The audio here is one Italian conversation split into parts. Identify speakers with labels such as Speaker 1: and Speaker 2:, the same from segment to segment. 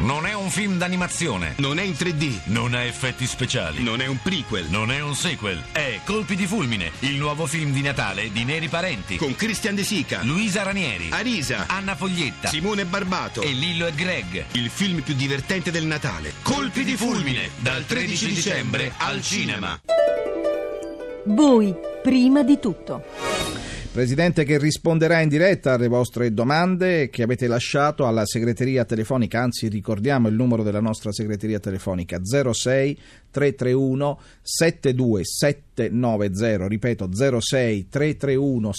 Speaker 1: Non è un film d'animazione.
Speaker 2: Non è in 3D.
Speaker 1: Non ha effetti speciali.
Speaker 2: Non è un prequel.
Speaker 1: Non è un sequel. È Colpi di fulmine, il nuovo film di Natale di Neri Parenti.
Speaker 2: Con Christian De Sica,
Speaker 1: Luisa Ranieri,
Speaker 2: Arisa,
Speaker 1: Anna Foglietta,
Speaker 2: Simone Barbato
Speaker 1: e Lillo e Greg.
Speaker 2: Il film più divertente del Natale.
Speaker 1: Colpi di fulmine, dal 13 dicembre al cinema.
Speaker 3: Voi, prima di tutto.
Speaker 4: Presidente che risponderà in diretta alle vostre domande che avete lasciato alla segreteria telefonica, anzi ricordiamo il numero della nostra segreteria telefonica 06 331 72790, ripeto 06 331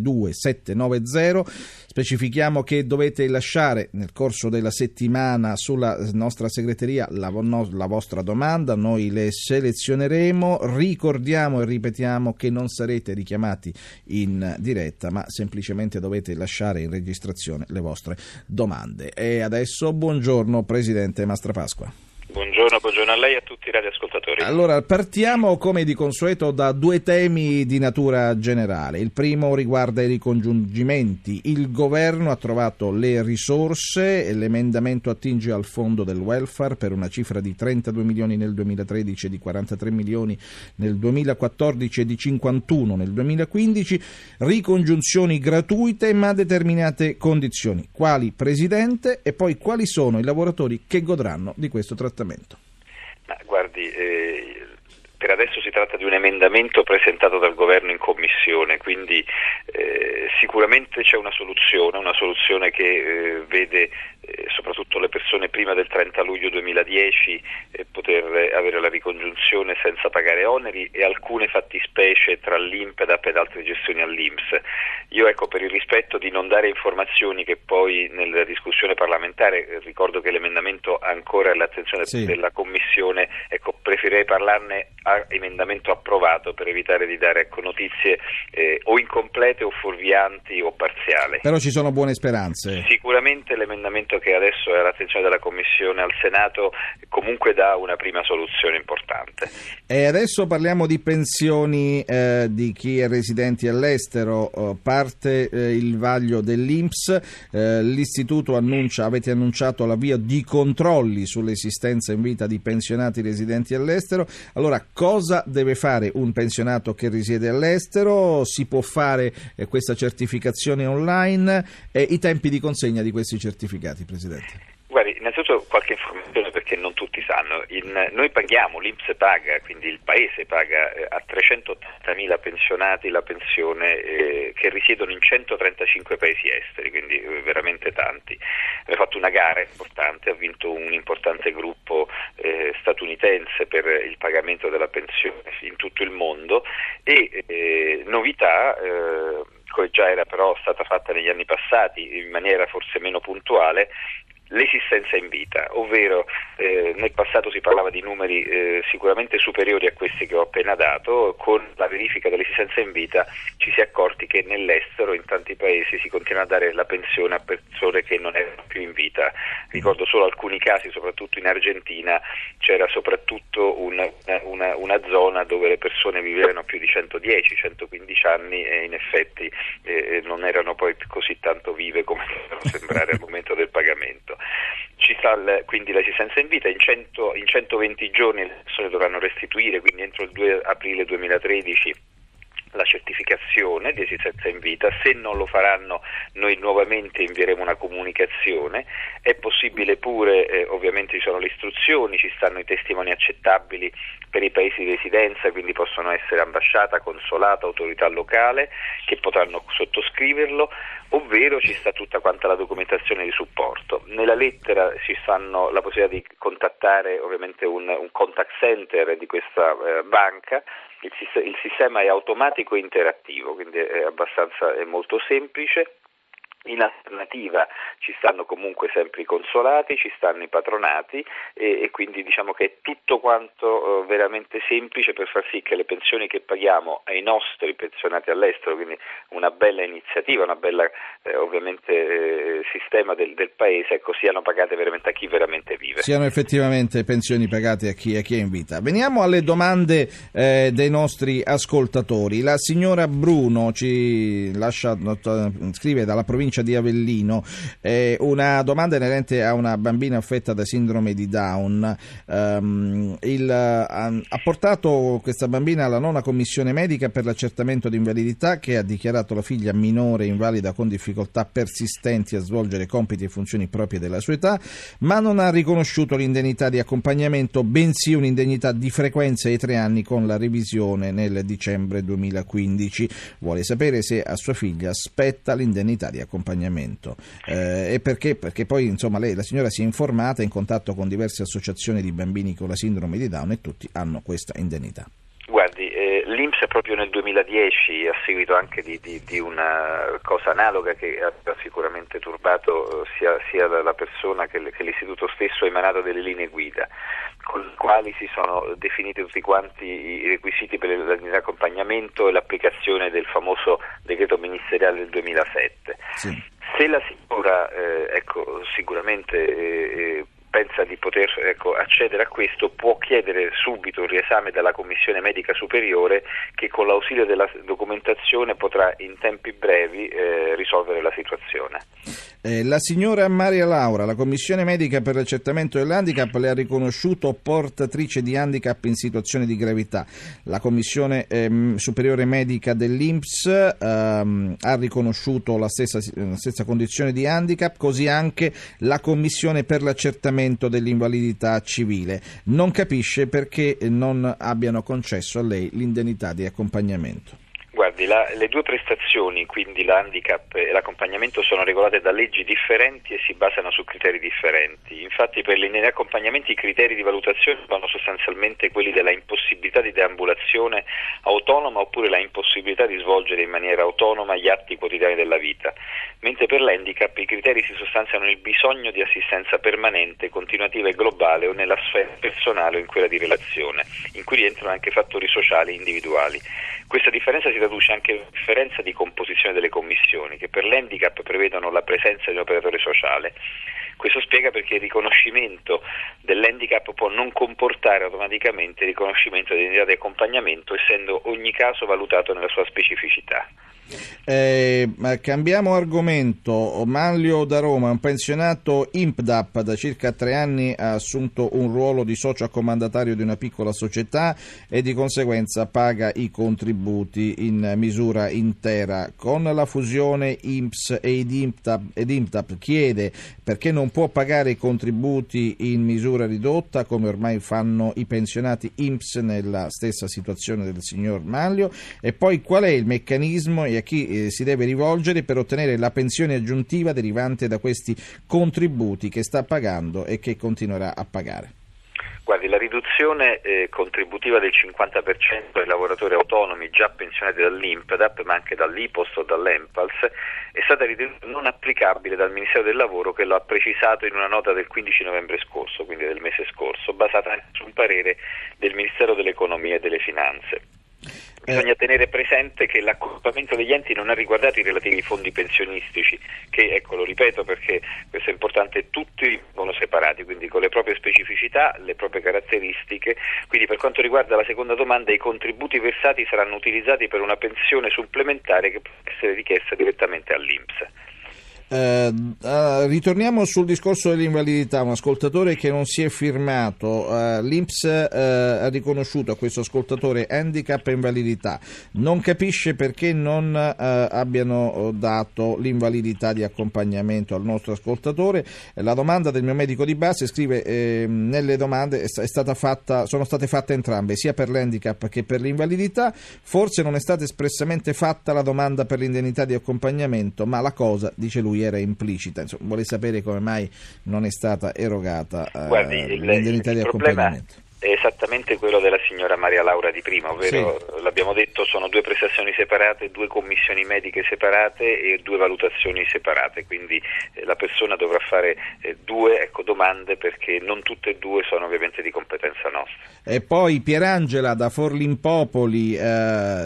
Speaker 4: 72790. Specifichiamo che dovete lasciare nel corso della settimana sulla nostra segreteria la vostra domanda, noi le selezioneremo. Ricordiamo e ripetiamo che non sarete richiamati in diretta, ma semplicemente dovete lasciare in registrazione le vostre domande. E adesso buongiorno Presidente Mastrapasqua.
Speaker 5: Buongiorno a lei e a tutti i radioascoltatori.
Speaker 4: Allora, partiamo come di consueto da due temi di natura generale. Il primo riguarda i ricongiungimenti. Il governo ha trovato le risorse e l'emendamento attinge al fondo del welfare per una cifra di 32 milioni nel 2013 e di 43 milioni nel 2014 e di 51 nel 2015. Ricongiunzioni gratuite ma a determinate condizioni. Quali, Presidente? E poi quali sono i lavoratori che godranno di questo trattamento?
Speaker 5: Guardi, per adesso si tratta di un emendamento presentato dal governo in commissione, quindi sicuramente c'è una soluzione che vede soprattutto le persone prima del 30 luglio 2010 poter avere la ricongiunzione senza pagare oneri e alcune fattispecie tra l'INPDAP ed altre gestioni all'INPS. Io per il rispetto di non dare informazioni che poi nella discussione parlamentare, ricordo che l'emendamento ancora è all'attenzione della Commissione, preferirei parlarne a emendamento approvato per evitare di dare notizie o incomplete o fuorvianti o parziali.
Speaker 4: Però ci sono buone speranze.
Speaker 5: Sicuramente l'emendamento che adesso è all'attenzione della Commissione al Senato comunque dà una prima soluzione importante. E
Speaker 4: adesso parliamo di pensioni di chi è residenti all'estero. Parte il vaglio dell'INPS, l'istituto avete annunciato l'avvio di controlli sull'esistenza in vita di pensionati residenti all'estero. Allora, cosa deve fare un pensionato che risiede all'estero? Si può fare questa certificazione online e i tempi di consegna di questi certificati, Presidente?
Speaker 5: Guardi, innanzitutto qualche informazione perché non tutti sanno. Noi paghiamo, l'INPS paga, quindi il Paese paga a 380.000 pensionati la pensione che risiedono in 135 paesi esteri, quindi veramente tanti. Abbiamo fatto una gara importante, ha vinto un importante gruppo statunitense per il pagamento della pensione in tutto il mondo e novità, come già era però stata fatta negli anni passati in maniera forse meno puntuale, l'esistenza in vita, ovvero nel passato si parlava di numeri sicuramente superiori a questi che ho appena dato. Con la verifica dell'esistenza in vita ci si è accorti che nell'estero in tanti paesi si continua a dare la pensione a persone che non erano più in vita. Ricordo solo alcuni casi, soprattutto in Argentina c'era soprattutto una zona dove le persone vivevano più di 110-115 anni e in effetti non erano poi così tanto vive come potevano sembrare al momento del pagamento. Ci sta quindi l'esistenza in vita, in 120 giorni le persone dovranno restituire, quindi entro il 2 aprile 2013 la certificazione di esistenza in vita. Se non lo faranno noi nuovamente invieremo una comunicazione. È possibile pure, ovviamente ci sono le istruzioni, ci stanno i testimoni accettabili per i paesi di residenza, quindi possono essere ambasciata, consolato, autorità locale che potranno sottoscriverlo, ovvero ci sta tutta quanta la documentazione di supporto. Nella lettera ci stanno la possibilità di contattare ovviamente un contact center di questa banca. Il sistema è automatico e interattivo, quindi è molto semplice. In alternativa ci stanno comunque sempre i consolati, ci stanno i patronati e quindi diciamo che è tutto quanto veramente semplice per far sì che le pensioni che paghiamo ai nostri pensionati all'estero, quindi una bella iniziativa, una bella ovviamente sistema del Paese, siano pagate veramente a chi veramente vive.
Speaker 4: Siano effettivamente pensioni pagate a chi è in vita. Veniamo alle domande dei nostri ascoltatori. La signora Bruno ci scrive dalla provincia provincia di Avellino. Una domanda inerente a una bambina affetta da sindrome di Down. Ha portato questa bambina alla 9ª commissione medica per l'accertamento di invalidità, che ha dichiarato la figlia minore invalida con difficoltà persistenti a svolgere compiti e funzioni proprie della sua età, ma non ha riconosciuto l'indennità di accompagnamento, bensì un'indennità di frequenza ai 3 anni con la revisione nel dicembre 2015. Vuole sapere se a sua figlia spetta l'indennità di accompagnamento. E perché? Perché poi, insomma, la signora si è informata, è in contatto con diverse associazioni di bambini con la sindrome di Down e tutti hanno questa indennità.
Speaker 5: Guardi, l'INPS proprio nel 2010, a seguito anche di una cosa analoga che ha sicuramente turbato sia la persona che l'istituto stesso, ha emanato delle linee guida con le quali si sono definiti tutti quanti i requisiti per l'accompagnamento e l'applicazione del famoso decreto ministeriale del 2007.
Speaker 4: Sì.
Speaker 5: Se la signora sicuramente pensa di poter accedere a questo, può chiedere subito un riesame dalla Commissione Medica Superiore, che con l'ausilio della documentazione potrà in tempi brevi risolvere la situazione.
Speaker 4: La signora Maria Laura, la Commissione Medica per l'accertamento dell'handicap le ha riconosciuto portatrice di handicap in situazione di gravità. La Commissione Superiore Medica dell'INPS ha riconosciuto la stessa condizione di handicap, così anche la Commissione per l'accertamento dell'invalidità civile. Non capisce perché non abbiano concesso a lei l'indennità di accompagnamento.
Speaker 5: Guardi, le due prestazioni, quindi l'handicap e l'accompagnamento, sono regolate da leggi differenti e si basano su criteri differenti. Infatti per l'indennità di accompagnamento i criteri di valutazione sono sostanzialmente quelli della impossibilità di deambulazione autonoma oppure la impossibilità di svolgere in maniera autonoma gli atti quotidiani della vita, mentre per l'handicap i criteri si sostanziano nel bisogno di assistenza permanente, continuativa e globale, o nella sfera personale o in quella di relazione, in cui rientrano anche fattori sociali individuali. Questa differenza si traduce anche in differenza di composizione delle commissioni, che per l'handicap prevedono la presenza di un operatore sociale. Questo spiega perché il riconoscimento dell'handicap può non comportare automaticamente il riconoscimento dell'indennità di accompagnamento, essendo ogni caso valutato nella sua specificità.
Speaker 4: Cambiamo argomento. Manlio da Roma, un pensionato INPDAP da circa 3 anni, ha assunto un ruolo di socio accomandatario di una piccola società e di conseguenza paga i contributi in misura intera. Con la fusione INPS ed INPDAP chiede perché non può pagare i contributi in misura ridotta come ormai fanno i pensionati INPS nella stessa situazione del signor Manlio, e poi qual è il meccanismo e a chi si deve rivolgere per ottenere la pensione aggiuntiva derivante da questi contributi che sta pagando e che continuerà a pagare.
Speaker 5: Guardi, la riduzione contributiva del 50% ai lavoratori autonomi già pensionati dall'INPDAP, ma anche dall'IPOST o dall'ENPALS, è stata ritenuta non applicabile dal Ministero del Lavoro, che lo ha precisato in una nota del 15 novembre scorso, quindi del mese scorso, basata anche su un parere del Ministero dell'Economia e delle Finanze. Bisogna tenere presente che l'accorpamento degli enti non ha riguardato i relativi fondi pensionistici, che, lo ripeto perché questo è importante, tutti sono separati, quindi con le proprie specificità, le proprie caratteristiche. Quindi per quanto riguarda la seconda domanda, i contributi versati saranno utilizzati per una pensione supplementare che può essere richiesta direttamente all'INPS.
Speaker 4: Ritorniamo sul discorso dell'invalidità. Un ascoltatore che non si è firmato, l'INPS ha riconosciuto a questo ascoltatore handicap e invalidità, non capisce perché non abbiano dato l'invalidità di accompagnamento al nostro ascoltatore. La domanda del mio medico di base, scrive, nelle domande sono state fatte entrambe, sia per l'handicap che per l'invalidità. Forse non è stata espressamente fatta la domanda per l'indennità di accompagnamento, ma la cosa, dice lui, era implicita. Insomma, vuole sapere come mai non è stata erogata l'indennità di accompagnamento.
Speaker 5: È esattamente quello della signora Maria Laura di prima, ovvero, sì, l'abbiamo detto, sono 2 prestazioni separate, 2 commissioni mediche separate e 2 valutazioni separate, quindi la persona dovrà fare 2 domande, perché non tutte e 2 sono ovviamente di competenza nostra.
Speaker 4: E poi Pierangela da Forlimpopoli, anno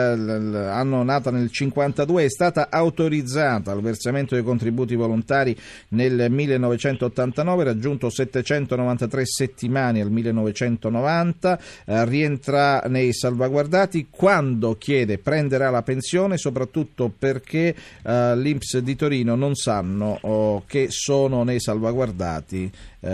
Speaker 4: nata nel 52, è stata autorizzata al versamento dei contributi volontari nel 1989, raggiunto 793 settimane al 1990 190, rientra nei salvaguardati. Quando chiede prenderà la pensione, soprattutto perché l'INPS di Torino non sanno che sono nei salvaguardati.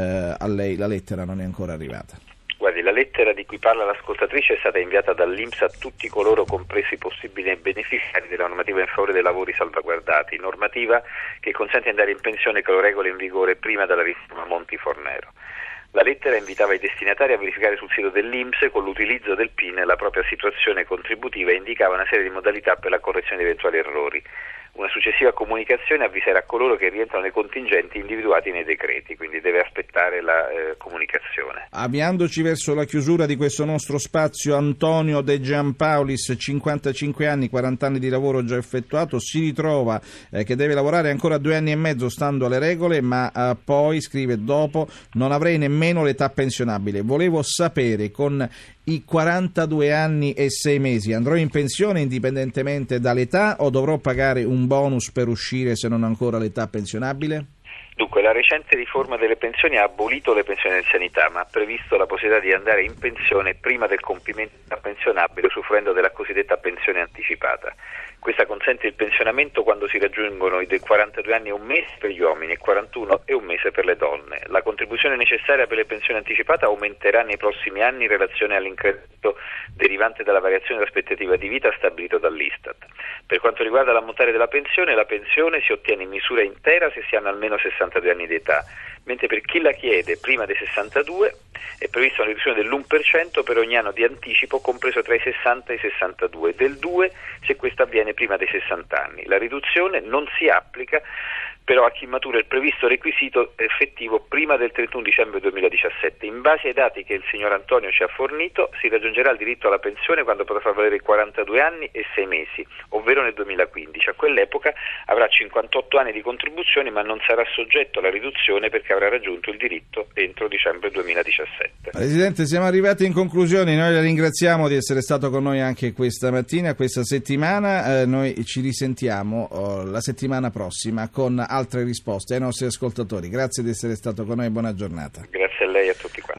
Speaker 4: A lei la lettera non è ancora arrivata.
Speaker 5: Guardi, la lettera di cui parla l'ascoltatrice è stata inviata dall'INPS a tutti coloro, compresi i possibili beneficiari della normativa in favore dei lavori salvaguardati, normativa che consente di andare in pensione con le regole in vigore prima della riforma Monti-Fornero. La lettera invitava i destinatari a verificare sul sito dell'INPS con l'utilizzo del PIN la propria situazione contributiva e indicava una serie di modalità per la correzione di eventuali errori. Una successiva comunicazione avviserà coloro che rientrano nei contingenti individuati nei decreti, quindi deve aspettare la comunicazione.
Speaker 4: Avviandoci verso la chiusura di questo nostro spazio, Antonio De Giampaulis, 55 anni, 40 anni di lavoro già effettuato, si ritrova che deve lavorare ancora 2 anni e mezzo stando alle regole, ma poi, scrive, dopo non avrei nemmeno l'età pensionabile. Volevo sapere, con i 42 anni e 6 mesi andrò in pensione indipendentemente dall'età o dovrò pagare un bonus per uscire se non ho ancora l'età pensionabile?
Speaker 5: Dunque, la recente riforma delle pensioni ha abolito le pensioni di anzianità, ma ha previsto la possibilità di andare in pensione prima del compimento dell'età pensionabile, usufruendo della cosiddetta pensione anticipata. Questa consente il pensionamento quando si raggiungono i 42 anni e un mese per gli uomini e 41 e un mese per le donne. La contribuzione necessaria per le pensioni anticipate aumenterà nei prossimi anni in relazione all'incremento derivante dalla variazione dell'aspettativa di vita stabilito dall'Istat. Per quanto riguarda l'ammontare della pensione, la pensione si ottiene in misura intera se si hanno almeno 62 anni di età, mentre per chi la chiede prima dei 62 è prevista una riduzione dell'1% per ogni anno di anticipo compreso tra i 60 e i 62, del 2% se questo avviene prima dei 60 anni. La riduzione non si applica però a chi matura il previsto requisito effettivo prima del 31 dicembre 2017. In base ai dati che il signor Antonio ci ha fornito, si raggiungerà il diritto alla pensione quando potrà far valere i 42 anni e 6 mesi, ovvero nel 2015. A quell'epoca avrà 58 anni di contribuzioni, ma non sarà soggetto alla riduzione perché avrà raggiunto il diritto entro dicembre 2017.
Speaker 4: Presidente, siamo arrivati in conclusione. Noi la ringraziamo di essere stato con noi anche questa mattina, questa settimana. Noi ci risentiamo la settimana prossima con altre risposte ai nostri ascoltatori. Grazie di essere stato con noi, buona giornata.
Speaker 5: Grazie a lei e a tutti quanti.